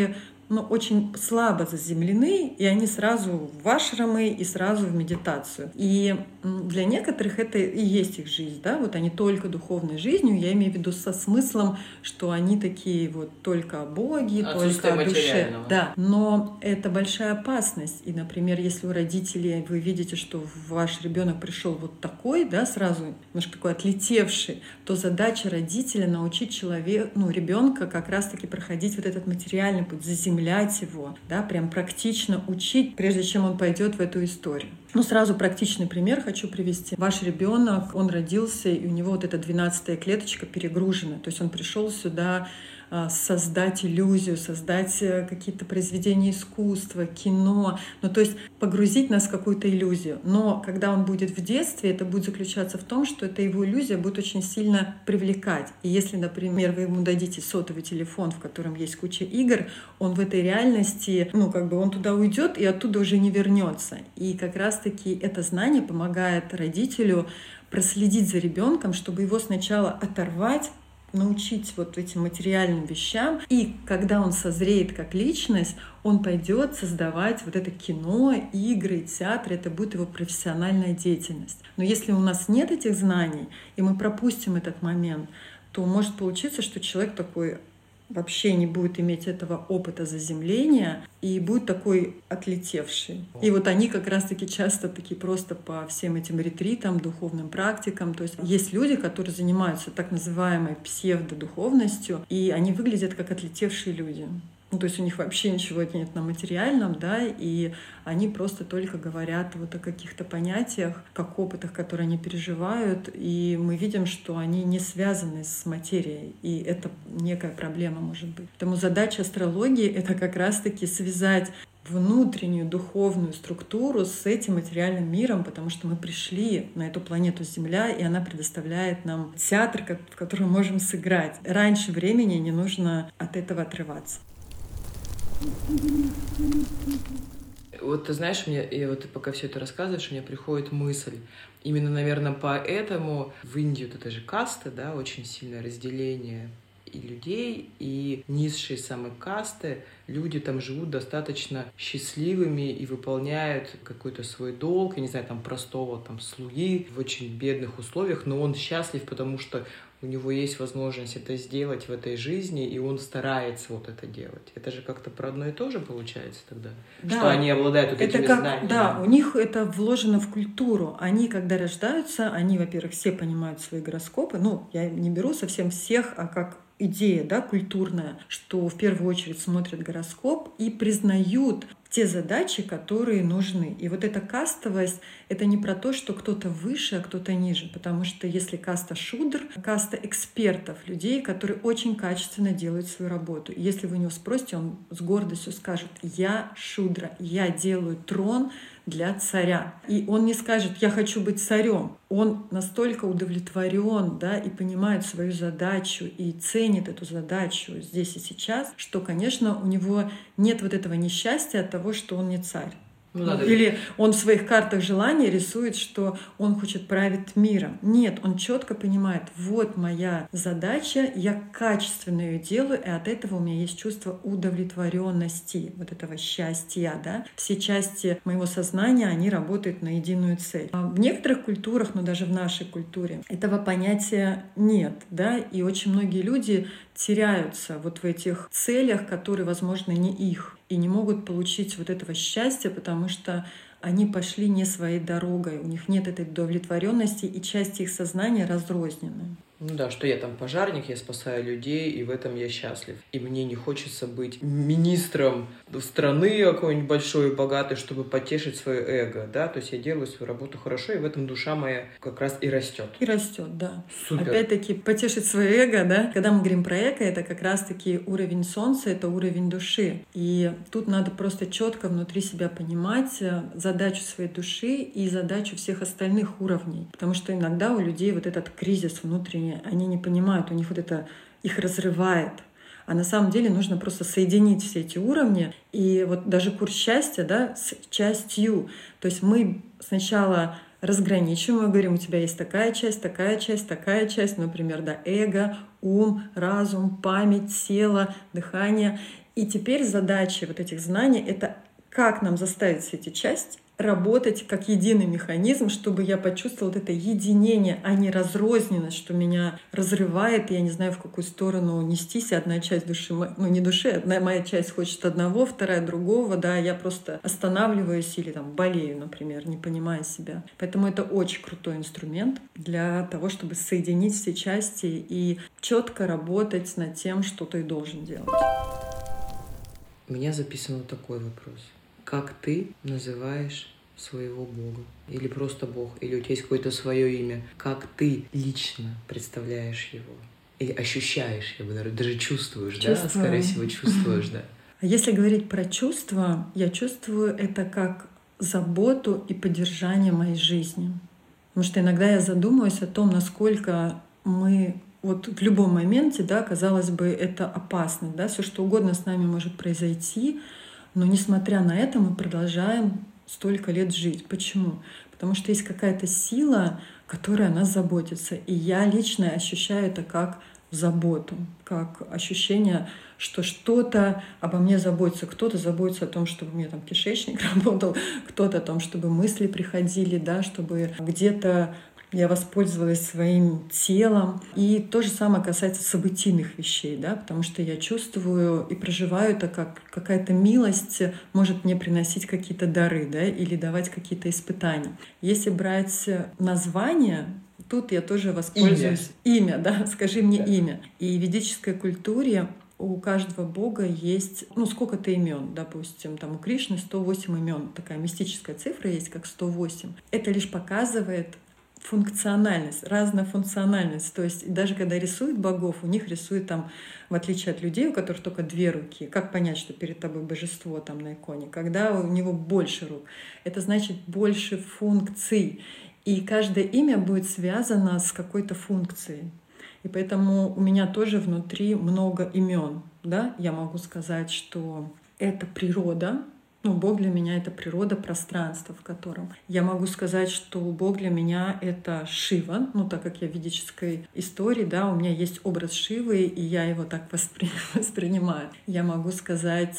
очень слабо заземлены, и они сразу в ашрамы и сразу в медитацию. И для некоторых это и есть их жизнь, да, вот они только духовной жизнью, я имею в виду со смыслом, что они такие вот только о Боге, только о душе. Да, но это большая опасность. И, например, если у родителей вы видите, что ваш ребенок пришел вот такой, да, сразу немножко такой отлетевший, то задача родителя научить человека, ребенка как раз-таки проходить вот этот материальный путь, заземлять его, да, прям практично учить, прежде чем он пойдет в эту историю. Сразу практичный пример хочу привести. Ваш ребенок, он родился, и у него вот эта 12-я клеточка перегружена. То есть он пришел сюда создать иллюзию, создать какие-то произведения искусства, кино, то есть погрузить нас в какую-то иллюзию. Но когда он будет в детстве, это будет заключаться в том, что эта его иллюзия будет очень сильно привлекать. И если, например, вы ему дадите сотовый телефон, в котором есть куча игр, он в этой реальности, он туда уйдет и оттуда уже не вернется. И как раз-таки это знание помогает родителю проследить за ребенком, чтобы его сначала оторвать, научить вот этим материальным вещам, и когда он созреет как личность, он пойдет создавать вот это кино, игры, театр, это будет его профессиональная деятельность. Но если у нас нет этих знаний, и мы пропустим этот момент, то может получиться, что человек такой вообще не будет иметь этого опыта заземления и будет такой отлетевший. И вот они как раз-таки часто такие просто по всем этим ретритам, духовным практикам. То есть люди, которые занимаются так называемой псевдодуховностью, и они выглядят как отлетевшие люди. То есть у них вообще ничего нет на материальном, да, и они просто только говорят вот о каких-то понятиях, как опытах, которые они переживают, и мы видим, что они не связаны с материей, и это некая проблема может быть. Поэтому задача астрологии — это как раз-таки связать внутреннюю духовную структуру с этим материальным миром, потому что мы пришли на эту планету Земля, и она предоставляет нам театр, в котором мы можем сыграть. Раньше времени не нужно от этого отрываться. Вот ты знаешь, ты пока все это рассказываешь, у меня приходит мысль. Именно, наверное, поэтому в Индии вот это же касты, да, очень сильное разделение и людей, и низшие самые касты. Люди там живут достаточно счастливыми и выполняют какой-то свой долг, я не знаю, простого слуги в очень бедных условиях, но он счастлив, потому что у него есть возможность это сделать в этой жизни, и он старается вот это делать. Это же как-то про одно и то же получается тогда? Да. Что они обладают вот этими знаниями? Да, у них это вложено в культуру. Они, когда рождаются, они, во-первых, все понимают свои гороскопы. Я не беру совсем всех, а как идея, да, культурная, что в первую очередь смотрят гороскоп и признают те задачи, которые нужны. И вот эта кастовость — это не про то, что кто-то выше, а кто-то ниже. Потому что если каста шудр, каста экспертов, людей, которые очень качественно делают свою работу. И если вы у него спросите, он с гордостью скажет: «Я шудра, я делаю трон для царя». И он не скажет: «Я хочу быть царем». Он настолько удовлетворен, да, и понимает свою задачу, и ценит эту задачу здесь и сейчас, что, конечно, у него нет вот этого несчастья от того, что он не царь. Или он в своих картах желаний рисует, что он хочет править миром. Нет, он четко понимает: вот моя задача, я качественно ее делаю, и от этого у меня есть чувство удовлетворенности, вот этого счастья. Да? Все части моего сознания, они работают на единую цель. В некоторых культурах, но даже в нашей культуре, этого понятия нет. Да? И очень многие люди теряются вот в этих целях, которые, возможно, не их, и не могут получить вот этого счастья, потому что они пошли не своей дорогой, у них нет этой удовлетворенности, и части их сознания разрознены. Что я пожарник, я спасаю людей, и в этом я счастлив. И мне не хочется быть министром страны какой-нибудь большой и богатой, чтобы потешить свое эго, да, то есть я делаю свою работу хорошо, и в этом душа моя как раз и растет. И растет, да. Супер. Опять-таки, потешить свое эго, да, когда мы говорим про эго, это как раз-таки уровень солнца, это уровень души. И тут надо просто четко внутри себя понимать задачу своей души и задачу всех остальных уровней. Потому что иногда у людей вот этот кризис внутренний, они не понимают, у них вот это их разрывает. А на самом деле нужно просто соединить все эти уровни. И вот даже курс счастья, да, с частью. То есть мы сначала разграничиваем, мы говорим: у тебя есть такая часть, такая часть, такая часть, например, да, эго, ум, разум, память, тело, дыхание. И теперь задача вот этих знаний — это как нам заставить все эти части работать как единый механизм, чтобы я почувствовала вот это единение, а не разрозненность, что меня разрывает, и я не знаю, в какую сторону нестись. Одна часть души, ну не души, одна моя часть хочет одного, вторая другого, да, я просто останавливаюсь или там болею, например, не понимая себя. Поэтому это очень крутой инструмент для того, чтобы соединить все части и четко работать над тем, что ты должен делать. У меня записан вот такой вопрос. Как ты называешь своего Бога? Или просто Бог? Или у тебя есть какое-то свое имя? Как ты лично представляешь его? Или ощущаешь его, даже чувствуешь, да? Скорее всего, чувствуешь, да. А если говорить про чувства, я чувствую это как заботу и поддержание моей жизни. Потому что иногда я задумываюсь о том, насколько мы вот в любом моменте, да, казалось бы, это опасно, да, все что угодно с нами может произойти, но несмотря на это мы продолжаем столько лет жить. Почему? Потому что есть какая-то сила, которая о нас заботится. И я лично ощущаю это как заботу, как ощущение, что что-то обо мне заботится. Кто-то заботится о том, чтобы у меня там кишечник работал, кто-то о том, чтобы мысли приходили, да, чтобы где-то я воспользовалась своим телом. И то же самое касается событийных вещей, да, потому что я чувствую и проживаю это как какая-то милость может мне приносить какие-то дары, да, или давать какие-то испытания. Если брать название, тут я тоже воспользуюсь. Имя, да, скажи мне имя. И в ведической культуре у каждого бога есть, сколько-то имен, допустим, там у Кришны 108 имен, такая мистическая цифра есть, как 108. Это лишь показывает функциональность, разнофункциональность. То есть даже когда рисуют богов, у них рисуют там, в отличие от людей, у которых только 2 руки, как понять, что перед тобой божество там на иконе, когда у него больше рук, это значит больше функций. И каждое имя будет связано с какой-то функцией. И поэтому у меня тоже внутри много имен. Да? Я могу сказать, что это природа. Бог для меня — это природа, пространство, в котором. Я могу сказать, что Бог для меня — это Шива. Так как я в ведической истории, да, у меня есть образ Шивы, и я его так воспринимаю. Я могу сказать,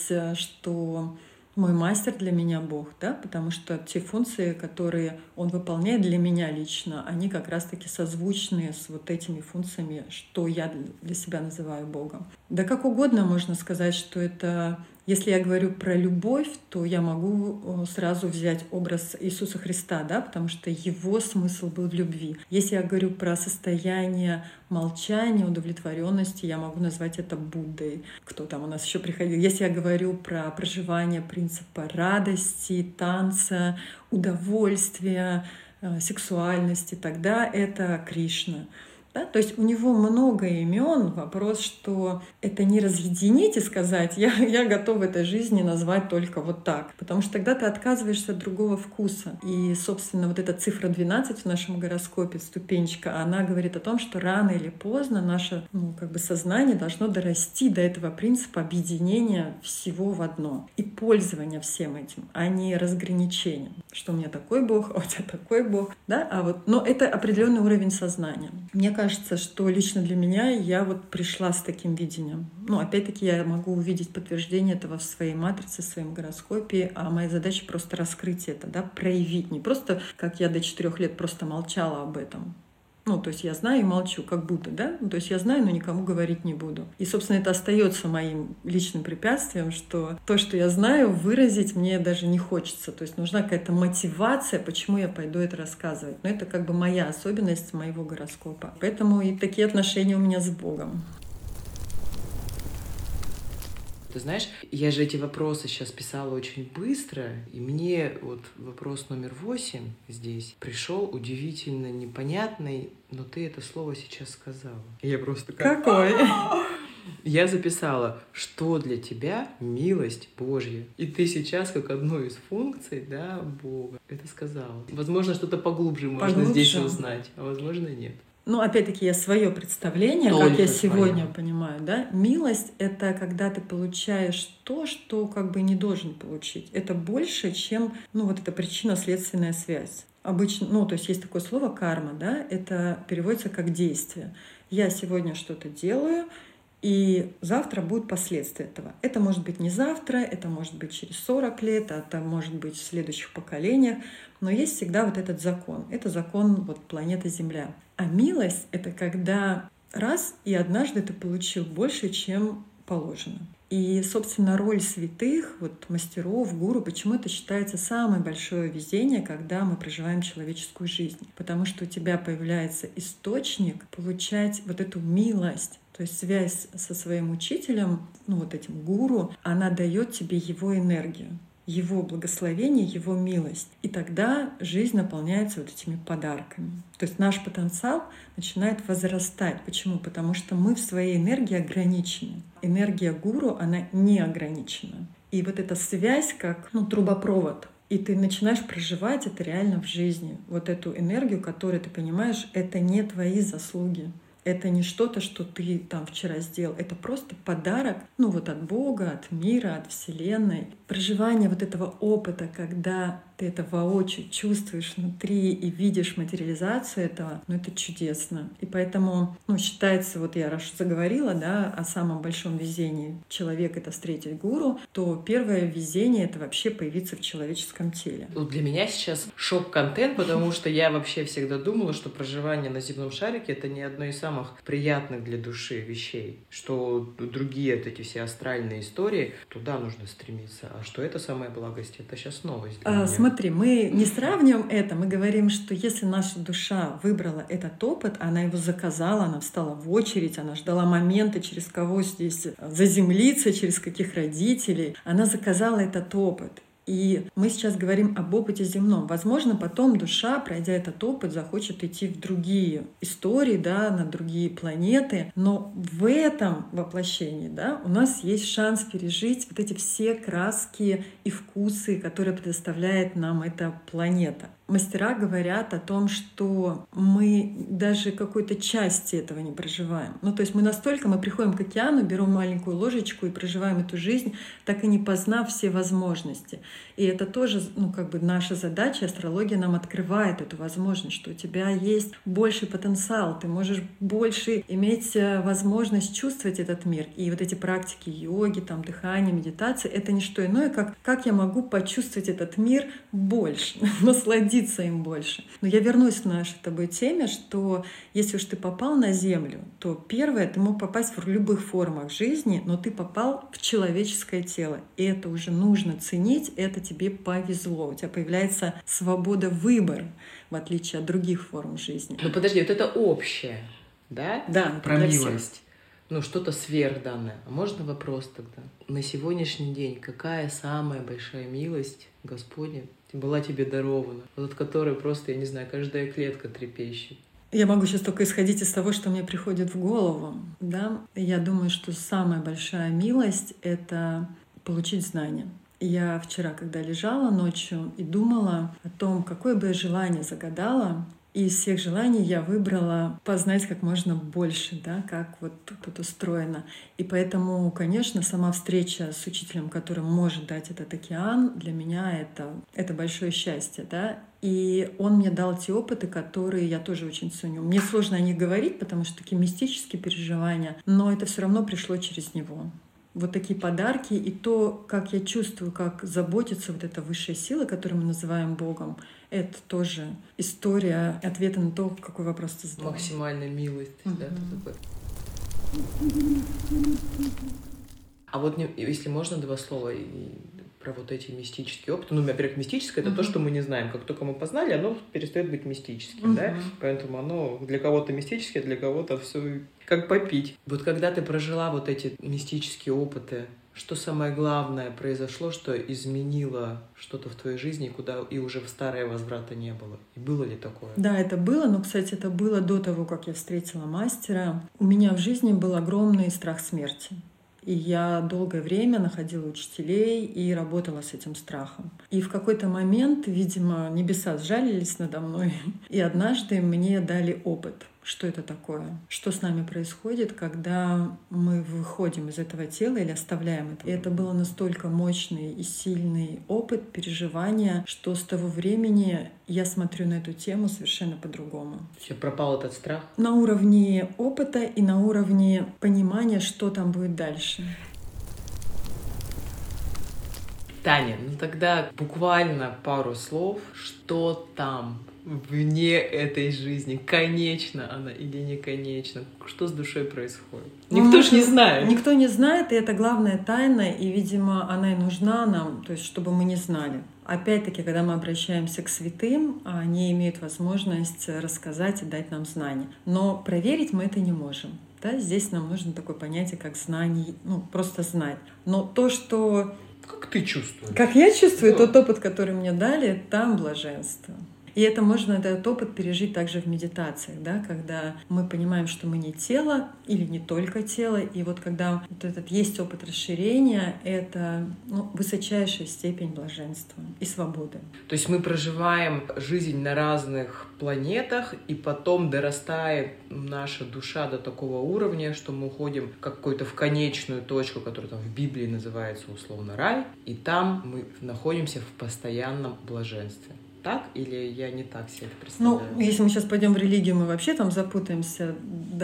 что мой мастер для меня Бог, да, потому что те функции, которые он выполняет для меня лично, они как раз-таки созвучны с вот этими функциями, что я для себя называю Богом. Да как угодно можно сказать, что это... Если я говорю про любовь, то я могу сразу взять образ Иисуса Христа, да, потому что его смысл был в любви. Если я говорю про состояние молчания, удовлетворенности, я могу назвать это Буддой. Кто там у нас еще приходил? Если я говорю про проживание принципа радости, танца, удовольствия, сексуальности, тогда это Кришна. Да? То есть у него много имен. Вопрос, что это не разъединить и сказать, я готов в этой жизни назвать только вот так. Потому что тогда ты отказываешься от другого вкуса. И, собственно, вот эта цифра 12 в нашем гороскопе, ступенечка, она говорит о том, что рано или поздно наше сознание должно дорасти до этого принципа объединения всего в одно. И пользования всем этим, а не разграничения. Что у меня такой Бог, а у тебя такой Бог. Да? Но это определенный уровень сознания. Мне кажется, что лично для меня я пришла с таким видением. Опять-таки я могу увидеть подтверждение этого в своей матрице, в своем гороскопе, а моя задача просто раскрыть это, да, проявить. Не просто, как я до 4 лет просто молчала об этом. То есть я знаю и молчу, как будто, да? То есть я знаю, но никому говорить не буду. И, собственно, это остается моим личным препятствием, что то, что я знаю, выразить мне даже не хочется. То есть нужна какая-то мотивация, почему я пойду это рассказывать. Но это моя особенность моего гороскопа. Поэтому и такие отношения у меня с Богом. Ты знаешь, я же эти вопросы сейчас писала очень быстро, и мне вопрос номер 8 здесь пришел удивительно непонятный, но ты это слово сейчас сказала. Я просто Какой? Я записала, что для тебя милость Божья. И ты сейчас как одну из функций, да, Бога, это сказала. Возможно, что-то поглубже можно здесь узнать, а возможно, нет. Опять-таки, я свое представление, только как я сегодня понимаю, да, милость — это когда ты получаешь то, что не должен получить. Это больше, чем, эта причинно-следственная связь. Обычно, то есть есть такое слово карма, да, это переводится как действие. Я сегодня что-то делаю, И завтра будут последствия этого. Это может быть не завтра, это может быть через 40 лет, это может быть в следующих поколениях, но есть всегда вот этот закон. Это закон вот планеты Земля. А милость — это когда раз и однажды ты получил больше, чем положено. И, собственно, роль святых, вот мастеров, гуру, почему это считается самое большое везение, когда мы проживаем человеческую жизнь. Потому что у тебя появляется источник получать вот эту милость. То есть связь со своим учителем, вот этим гуру, она дает тебе его энергию, его благословение, его милость. И тогда жизнь наполняется вот этими подарками. То есть наш потенциал начинает возрастать. Почему? Потому что мы в своей энергии ограничены. Энергия гуру, она не ограничена. И вот эта связь как трубопровод. И ты начинаешь проживать это реально в жизни. Вот эту энергию, которую ты понимаешь, это не твои заслуги. Это не что-то, что ты там вчера сделал. Это просто подарок, от Бога, от мира, от Вселенной. Проживание вот этого опыта, когда ты это воочию чувствуешь внутри и видишь материализацию этого, это чудесно. И поэтому, считается, вот я раз заговорила, о самом большом везении человека — это встретить гуру, то первое везение — это вообще появиться в человеческом теле. Для меня сейчас шок-контент, потому что я вообще всегда думала, что проживание на земном шарике — это не одно из самых приятных для души вещей, что другие вот эти все астральные истории, туда нужно стремиться, а что это самая благость, это сейчас новость для меня. Смотри, мы не сравниваем это, мы говорим, что если наша душа выбрала этот опыт, она его заказала, она встала в очередь, она ждала момента, через кого здесь заземлиться, через каких родителей, она заказала этот опыт. И мы сейчас говорим об опыте земном. Возможно, потом душа, пройдя этот опыт, захочет идти в другие истории, на другие планеты. Но в этом воплощении у нас есть шанс пережить вот эти все краски и вкусы, которые предоставляет нам эта планета. Мастера говорят о том, что мы даже какой-то части этого не проживаем. То есть мы приходим к океану, берем маленькую ложечку и проживаем эту жизнь, так и не познав все возможности. И это тоже, наша задача. Астрология нам открывает эту возможность, что у тебя есть больший потенциал, ты можешь больше иметь возможность чувствовать этот мир. И вот эти практики йоги, дыхания, медитации — это не что иное, как я могу почувствовать этот мир больше, насладиться им больше. Но я вернусь к нашей тобой теме, что если уж ты попал на Землю, то первое, ты мог попасть в любых формах жизни, но ты попал в человеческое тело. И это уже нужно ценить, это тебе повезло. У тебя появляется свобода выбора, в отличие от других форм жизни. Подожди, вот это общее, да? Да, про милость. Что-то сверхданное. А можно вопрос тогда? На сегодняшний день какая самая большая милость Господня была тебе дарована, от которой просто, я не знаю, каждая клетка трепещет? Я могу сейчас только исходить из того, что мне приходит в голову. Я думаю, что самая большая милость — это получить знания. Я вчера, когда лежала ночью и думала о том, какое бы я желание загадала, и из всех желаний я выбрала познать как можно больше, как вот тут устроено. И поэтому, конечно, сама встреча с учителем, который может дать этот океан, для меня это большое счастье. И он мне дал те опыты, которые я тоже очень ценю. Мне сложно о них говорить, потому что такие мистические переживания, но это все равно пришло через него. Вот такие подарки и то, как я чувствую, как заботится вот эта высшая сила, которую мы называем Богом, это тоже история ответа на то, какой вопрос ты задала. Максимальная милость, ты такой. А вот если можно, 2 слова про вот эти мистические опыты. Во-первых, мистическое — это то, что мы не знаем. Как только мы познали, оно перестает быть мистическим, Поэтому оно для кого-то мистическое, для кого-то все как попить. Вот когда ты прожила вот эти мистические опыты, что самое главное произошло, что изменило что-то в твоей жизни, куда и уже в старое возврата не было? И было ли такое? Да, это было, но, кстати, это было до того, как я встретила мастера. У меня в жизни был огромный страх смерти. И я долгое время находила учителей и работала с этим страхом. И в какой-то момент, видимо, небеса сжалились надо мной, и однажды мне дали опыт. что это такое, что с нами происходит, когда мы выходим из этого тела или оставляем это. И это был настолько мощный и сильный опыт, переживания, что с того времени я смотрю на эту тему совершенно по-другому. Все, пропал этот страх? На уровне опыта и на уровне понимания, что там будет дальше. Таня, ну тогда буквально пару слов, что там вне этой жизни, конечна она или не конечна, что с душой происходит. Никто ж не знает. Никто не знает, и это главная тайна, и, видимо, она и нужна нам, то есть чтобы мы не знали. Опять-таки, когда мы обращаемся к святым, они имеют возможность рассказать и дать нам знания. Но проверить мы это не можем. Да? Здесь нам нужно такое понятие, как знание, просто знать. Но то, что... Как ты чувствуешь? Как я чувствую, тот опыт, который мне дали, там блаженство. И это можно, этот опыт пережить также в медитациях, да, когда мы понимаем, что мы не тело или не только тело. И вот когда вот этот есть опыт расширения, это высочайшая степень блаженства и свободы. То есть мы проживаем жизнь на разных планетах, и потом дорастает наша душа до такого уровня, что мы уходим какую-то в конечную точку, которая там в Библии называется условно рай, и там мы находимся в постоянном блаженстве. Так или я не так себе это представляю? Если мы сейчас пойдем в религию, мы вообще там запутаемся.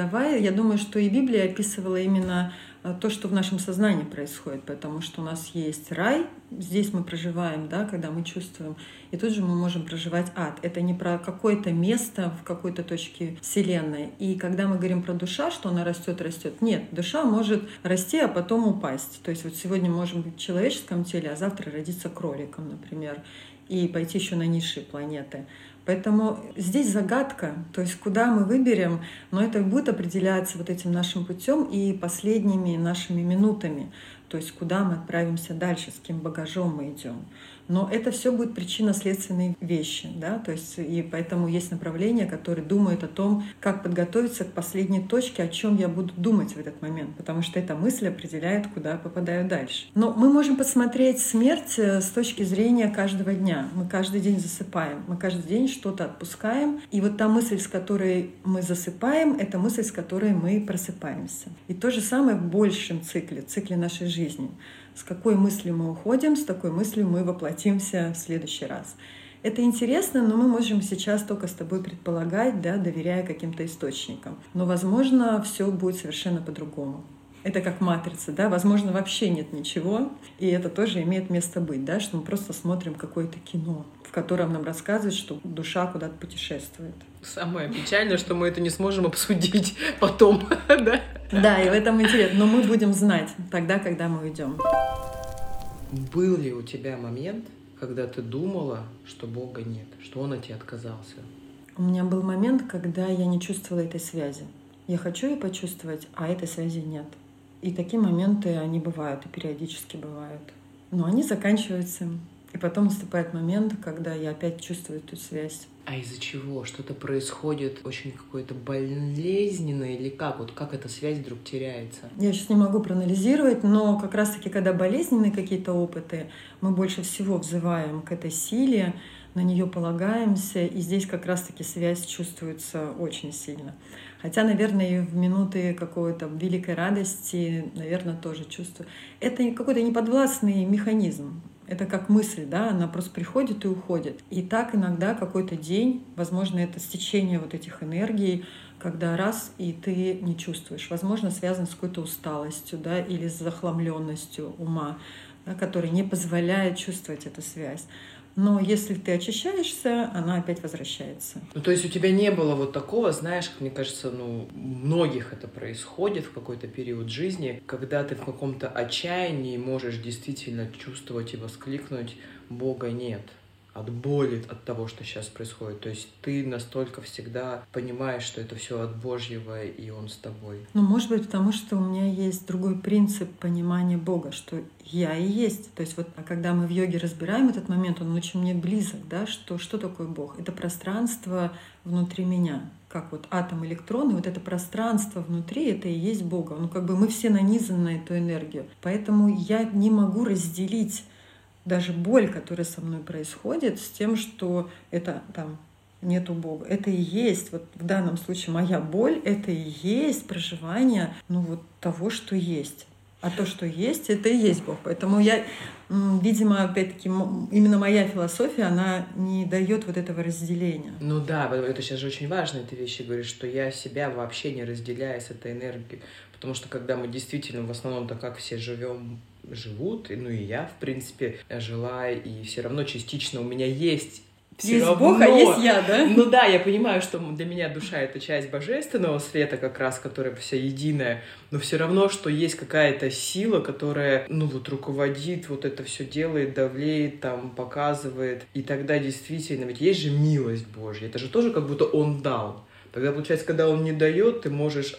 Я думаю, что и Библия описывала именно то, что в нашем сознании происходит, потому что у нас есть рай, здесь мы проживаем, да, когда мы чувствуем, и тут же мы можем проживать ад. Это не про какое-то место в какой-то точке Вселенной. И когда мы говорим про душа, что она растет, нет, душа может расти, а потом упасть. То есть вот сегодня можем быть в человеческом теле, а завтра родиться кроликом, например, и пойти еще на низшие планеты. Поэтому здесь загадка, то есть куда мы выберем, но это будет определяться вот этим нашим путем и последними нашими минутами, то есть куда мы отправимся дальше, с каким багажом мы идем. Но это все будет причинно-следственные вещи, да, то есть и поэтому есть направления, которые думают о том, как подготовиться к последней точке, о чем я буду думать в этот момент, потому что эта мысль определяет, куда я попадаю дальше. Но мы можем посмотреть смерть с точки зрения каждого дня. Мы каждый день засыпаем, мы каждый день что-то отпускаем, и вот та мысль, с которой мы засыпаем, это мысль, с которой мы просыпаемся. И то же самое в большем цикле нашей жизни. С какой мыслью мы уходим, с такой мыслью мы воплотимся в следующий раз. Это интересно, но мы можем сейчас только с тобой предполагать, да, доверяя каким-то источникам. Но, возможно, все будет совершенно по-другому. Это как матрица, да, возможно, вообще нет ничего, и это тоже имеет место быть, да, что мы просто смотрим какое-то кино, в котором нам рассказывают, что душа куда-то путешествует. Самое печальное, что мы это не сможем обсудить потом, да? Да, и в этом интересно, но мы будем знать тогда, когда мы уйдем. Был ли у тебя момент, когда ты думала, что Бога нет, что Он от тебя отказался? У меня был момент, когда я не чувствовала этой связи. Я хочу ее почувствовать, а этой связи нет. И такие моменты, они бывают, и периодически бывают. Но они заканчиваются. И потом наступает момент, когда я опять чувствую эту связь. А из-за чего? Что-то происходит очень какое-то болезненное или как? Вот как эта связь вдруг теряется? Я сейчас не могу проанализировать, но как раз-таки, когда болезненные какие-то опыты, мы больше всего взываем к этой силе, на нее полагаемся, и здесь как раз-таки связь чувствуется очень сильно. Хотя, наверное, и в минуты какой-то великой радости, наверное, тоже чувствую. Это какой-то неподвластный механизм. Это как мысль, да, она просто приходит и уходит. И так иногда какой-то день, возможно, это стечение вот этих энергий, когда раз, и ты не чувствуешь. Возможно, связано с какой-то усталостью, да, или с захламленностью ума, да, которая не позволяет чувствовать эту связь. Но если ты очищаешься, она опять возвращается. То есть у тебя не было вот такого, знаешь, мне кажется, у многих это происходит в какой-то период жизни, когда ты в каком-то отчаянии можешь действительно чувствовать и воскликнуть «Бога нет». От боли, от того, что сейчас происходит. То есть ты настолько всегда понимаешь, что это все от Божьего, и Он с тобой. Может быть, потому что у меня есть другой принцип понимания Бога, что я и есть. То есть вот когда мы в йоге разбираем этот момент, он очень мне близок, да, что такое Бог? Это пространство внутри меня. Как вот атом, электроны, вот это пространство внутри, это и есть Бога. Мы все нанизаны на эту энергию. Поэтому я не могу разделить даже боль, которая со мной происходит, с тем, что это там нету Бога. Это и есть, вот в данном случае моя боль, это и есть проживание, вот того, что есть. А то, что есть, это и есть Бог. Поэтому я, видимо, опять-таки, именно моя философия, она не дает вот этого разделения. Ну да, это сейчас же очень важные ты вещи говоришь, что я себя вообще не разделяю с этой энергией. Потому что когда мы действительно в основном-то как все живут, и я, в принципе, жила, и все равно частично у меня есть есть Бог, а есть я, да? Ну да, я понимаю, что для меня душа — это часть божественного света как раз, которая вся единая, но все равно, что есть какая-то сила, которая, руководит, вот это все делает, давлеет, там, показывает. И тогда действительно, ведь есть же милость Божья, это же тоже как будто Он дал. Тогда, получается, когда Он не дает, ты можешь...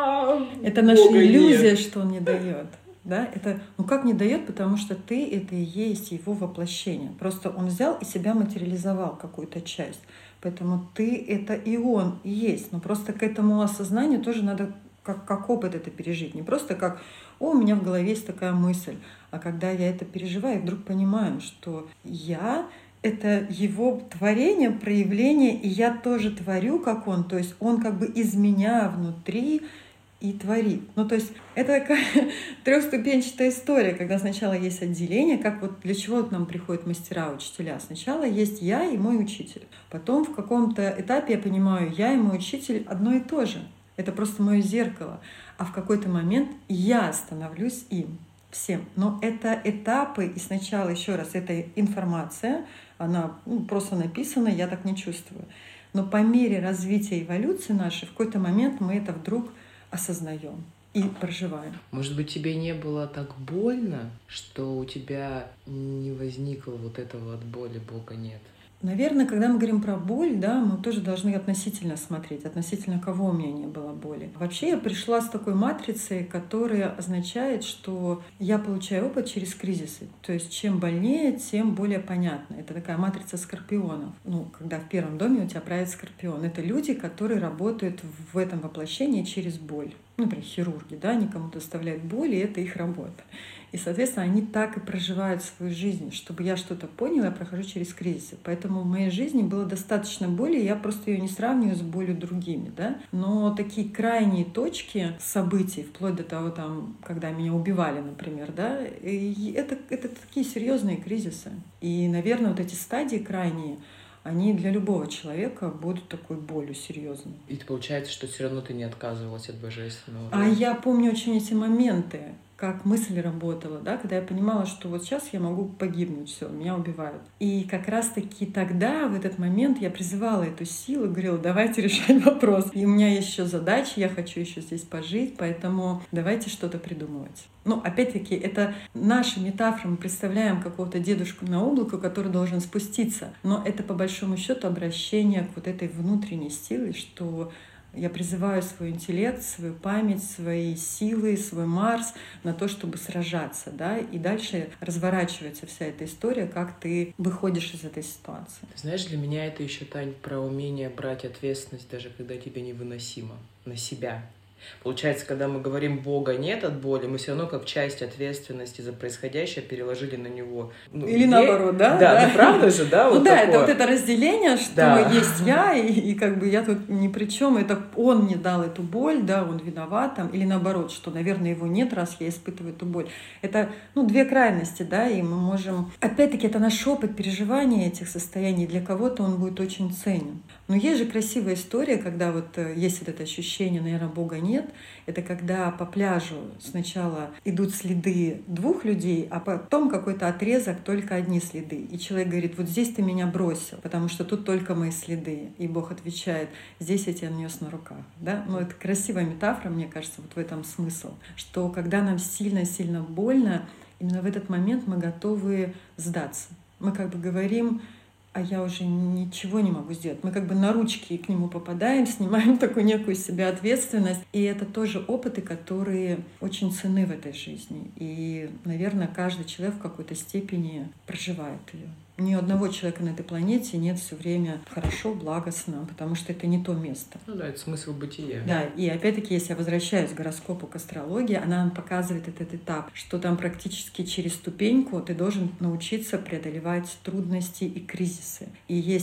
Это наша иллюзия, что Он не дает. Да? Это, как не дает, потому что ты — это и есть его воплощение. Просто он взял и себя материализовал какую-то часть. Поэтому ты — это и он и есть. Но просто к этому осознанию тоже надо как опыт это пережить. Не просто как у меня в голове есть такая мысль, а когда я это переживаю, вдруг понимаю, что я — это его творение, проявление, и я тоже творю, как он. То есть он как бы из меня внутри и творит. То есть это такая трехступенчатая история, когда сначала есть отделение, как вот для чего нам приходят мастера, учителя. Сначала есть я и мой учитель. Потом в каком-то этапе я понимаю, я и мой учитель одно и то же. Это просто мое зеркало. А в какой-то момент я становлюсь им всем. Но это этапы, и сначала, еще раз, это информация, она просто написана, я так не чувствую. Но по мере развития эволюции нашей, в какой-то момент мы это вдруг осознаем и проживаем. Может быть, тебе не было так больно, что у тебя не возникло вот этого от боли «Бога нет»? Наверное, когда мы говорим про боль, да, мы тоже должны относительно смотреть, относительно кого у меня не было боли. Вообще я пришла с такой матрицей, которая означает, что я получаю опыт через кризисы. То есть чем больнее, тем более понятно. Это такая матрица скорпионов. Когда в первом доме у тебя правит скорпион. Это люди, которые работают в этом воплощении через боль. Например, хирурги, да, они кому-то доставляют боль, и это их работа. И, соответственно, они так и проживают свою жизнь. Чтобы я что-то поняла, я прохожу через кризисы. Поэтому в моей жизни было достаточно боли, я просто ее не сравниваю с болью другими. Да? Но такие крайние точки событий, вплоть до того, когда меня убивали, например, да, это такие серьезные кризисы. И, наверное, вот эти стадии крайние, они для любого человека будут такой болью серьезной. И получается, что все равно ты не отказывалась от божественного. А я помню очень эти моменты, как мысль работала, да, когда я понимала, что вот сейчас я могу погибнуть, все, меня убивают. И как раз-таки тогда, в этот момент, я призывала эту силу, говорила, давайте решать вопрос. И у меня есть еще задачи, я хочу еще здесь пожить, поэтому давайте что-то придумывать. Опять-таки, это наша метафора, мы представляем какого-то дедушку на облако, который должен спуститься. Но это, по большому счету, обращение к вот этой внутренней силе, что я призываю свой интеллект, свою память, свои силы, свой Марс на то, чтобы сражаться, да, и дальше разворачивается вся эта история, как ты выходишь из этой ситуации. Ты знаешь, для меня это еще, Тань, про умение брать ответственность, даже когда тебе невыносимо, на себя. Получается, когда мы говорим «Бога нет» от боли, мы все равно как часть ответственности за происходящее переложили на него. Или наоборот, да? Да, правда же, да? Это вот это разделение, что есть я, и как бы я тут ни при чем, это он мне дал эту боль, да, он виноват, или наоборот, что, наверное, его нет, раз я испытываю эту боль. Это, две крайности, да, и мы можем... Опять-таки, это наш опыт переживания этих состояний, для кого-то он будет очень ценен. Но есть же красивая история, когда вот есть вот это ощущение, наверное, Бога нет. Это когда по пляжу сначала идут следы двух людей, а потом какой-то отрезок, только одни следы. И человек говорит, вот здесь ты меня бросил, потому что тут только мои следы. И Бог отвечает, здесь я тебя нес на руках. Да? Это красивая метафора, мне кажется, вот в этом смысл. Что когда нам сильно-сильно больно, именно в этот момент мы готовы сдаться. Мы как бы говорим, а я уже ничего не могу сделать. Мы как бы на ручки к нему попадаем, снимаем такую некую себя ответственность. И это тоже опыты, которые очень ценны в этой жизни. И, наверное, каждый человек в какой-то степени проживает ее. Ни одного человека на этой планете нет все время хорошо, благостно, потому что это не то место. Это смысл бытия. Да, и опять-таки, если я возвращаюсь к гороскопу, к астрологии, она нам показывает этот этап, что там практически через ступеньку ты должен научиться преодолевать трудности и кризисы. И есть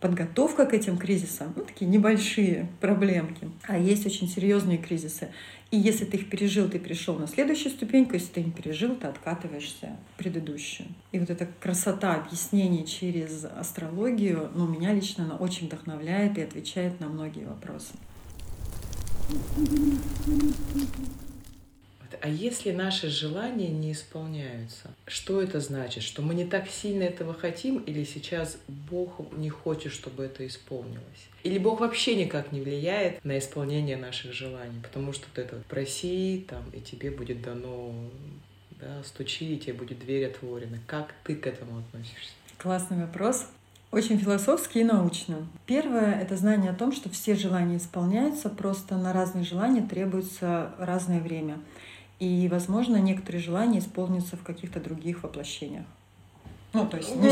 подготовка к этим кризисам, ну, такие небольшие проблемки, а есть очень серьезные кризисы. И если ты их пережил, ты перешел на следующую ступеньку, если ты не пережил, ты откатываешься в предыдущую. И вот эта красота объяснений через астрологию, ну, меня лично она очень вдохновляет и отвечает на многие вопросы. А если наши желания не исполняются, что это значит? Что мы не так сильно этого хотим, или сейчас Бог не хочет, чтобы это исполнилось? Или Бог вообще никак не влияет на исполнение наших желаний? Потому что ты это проси, там, и тебе будет дано, да, стучи, и тебе будет дверь отворена. Как ты к этому относишься? Классный вопрос. Очень философски и научно. Первое — это знание о том, что все желания исполняются, просто на разные желания требуется разное время. И, возможно, некоторые желания исполнятся в каких-то других воплощениях. Ну, то есть не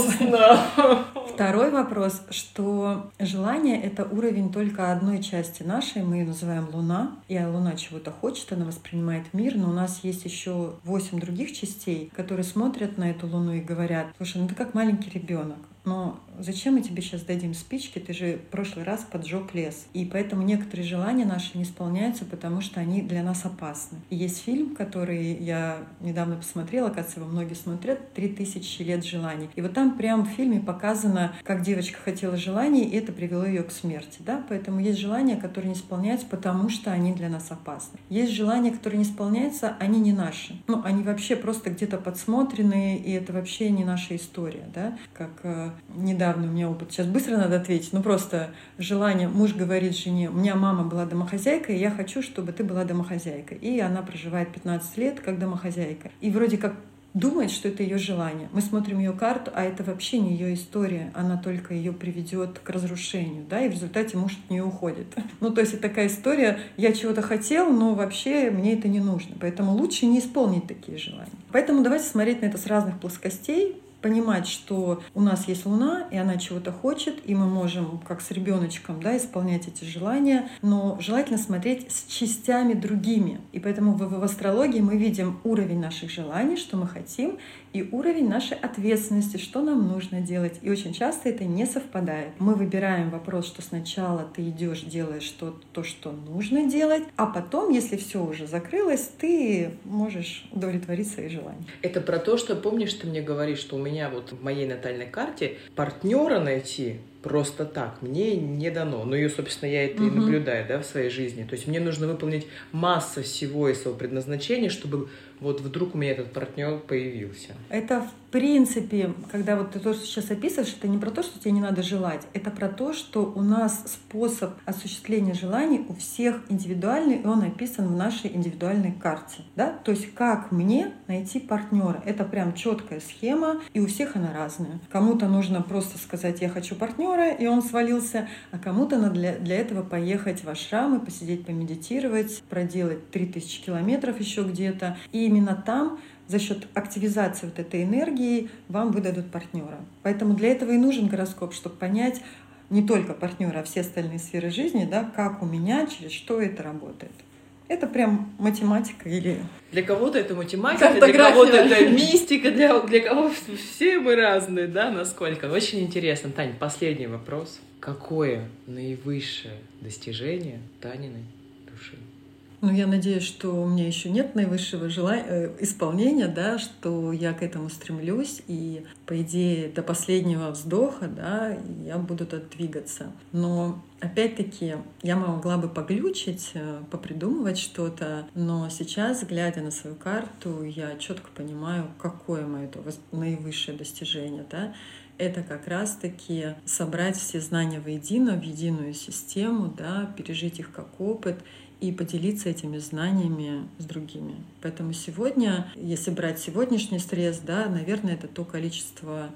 сейчас. Второй вопрос, что желание — это уровень только одной части нашей, мы ее называем Луна, и Луна чего-то хочет, она воспринимает мир, но у нас есть еще 8 других частей, которые смотрят на эту Луну и говорят: слушай, ну ты как маленький ребенок, но зачем мы тебе сейчас дадим спички, ты же в прошлый раз поджег лес. И поэтому некоторые желания наши не исполняются, потому что они для нас опасны. И есть фильм, который я недавно посмотрела, кажется, его многие смотрят, «3000 лет желаний». И вот там прямо в фильме показано, как девочка хотела желаний, и это привело ее к смерти. Да? Поэтому есть желания, которые не исполняются, потому что они для нас опасны. Есть желания, которые не исполняются, они не наши. Ну, они вообще просто где-то подсмотрены, и это вообще не наша история. Да? Как недавно у меня опыт, сейчас быстро надо ответить, но просто желание, муж говорит жене: у меня мама была домохозяйкой, и я хочу, чтобы ты была домохозяйкой. И она проживает 15 лет как домохозяйка. И вроде как думает, что это ее желание. Мы смотрим ее карту, а это вообще не ее история. Она только ее приведет к разрушению, да, и в результате муж от нее уходит. Ну, то есть это такая история: я чего-то хотел, но вообще мне это не нужно. Поэтому лучше не исполнить такие желания. Поэтому давайте смотреть на это с разных плоскостей, понимать, что у нас есть Луна, и она чего-то хочет, и мы можем, как с ребеночком, да, исполнять эти желания, но желательно смотреть с частями другими. И поэтому в астрологии мы видим уровень наших желаний, что мы хотим, и уровень нашей ответственности, что нам нужно делать. И очень часто это не совпадает. Мы выбираем вопрос, что сначала ты идешь, делаешь то, что нужно делать, а потом, если все уже закрылось, ты можешь удовлетворить свои желания. Это про то, что, помнишь, ты мне говоришь, что у меня вот в моей натальной карте партнера найти просто так мне не дано. Но ее, собственно, я это и наблюдаю, да, в своей жизни. То есть мне нужно выполнить массу всего из своего предназначения, чтобы вот вдруг у меня этот партнер появился. Это в принципе, когда вот ты то, что сейчас описываешь, это не про то, что тебе не надо желать, это про то, что у нас способ осуществления желаний у всех индивидуальный, и он описан в нашей индивидуальной карте. Да? То есть как мне найти партнера? Это прям четкая схема, и у всех она разная. Кому-то нужно просто сказать: я хочу партнера, и он свалился, а кому-то надо для этого поехать в ашрамы, посидеть, помедитировать, проделать 3000 километров еще где-то. И именно там за счет активизации вот этой энергии вам выдадут партнера. Поэтому для этого и нужен гороскоп, чтобы понять не только партнера, а все остальные сферы жизни, да, как у меня, через что это работает. Это прям математика или... Для кого-то это математика, для кого-то это мистика, для кого все мы разные, да, насколько. Очень интересно. Тань, последний вопрос. Какое наивысшее достижение Таниной души? Ну, я надеюсь, что у меня еще нет наивысшего исполнения, да, что я к этому стремлюсь, и, по идее, до последнего вздоха, да, я буду тут двигаться. Но, опять-таки, я могла бы поглючить, попридумывать что-то, но сейчас, глядя на свою карту, я четко понимаю, какое мое наивысшее достижение, да. Это как раз-таки собрать все знания воедино, в единую систему, да, пережить их как опыт и поделиться этими знаниями с другими. Поэтому сегодня, если брать сегодняшний срез, да, наверное, это то количество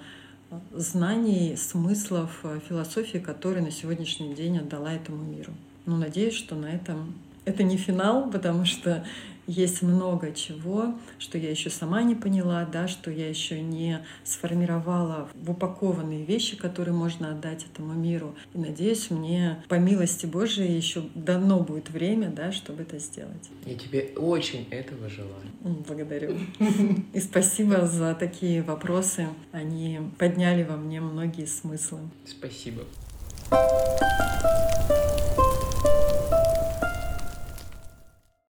знаний, смыслов, философии, которые на сегодняшний день отдала этому миру. Но надеюсь, что на этом это не финал, потому что есть много чего, что я еще сама не поняла, да, что я еще не сформировала в упакованные вещи, которые можно отдать этому миру. И надеюсь, мне по милости Божией еще дано будет время, да, чтобы это сделать. Я тебе очень этого желаю. Благодарю. И спасибо за такие вопросы. Они подняли во мне многие смыслы. Спасибо.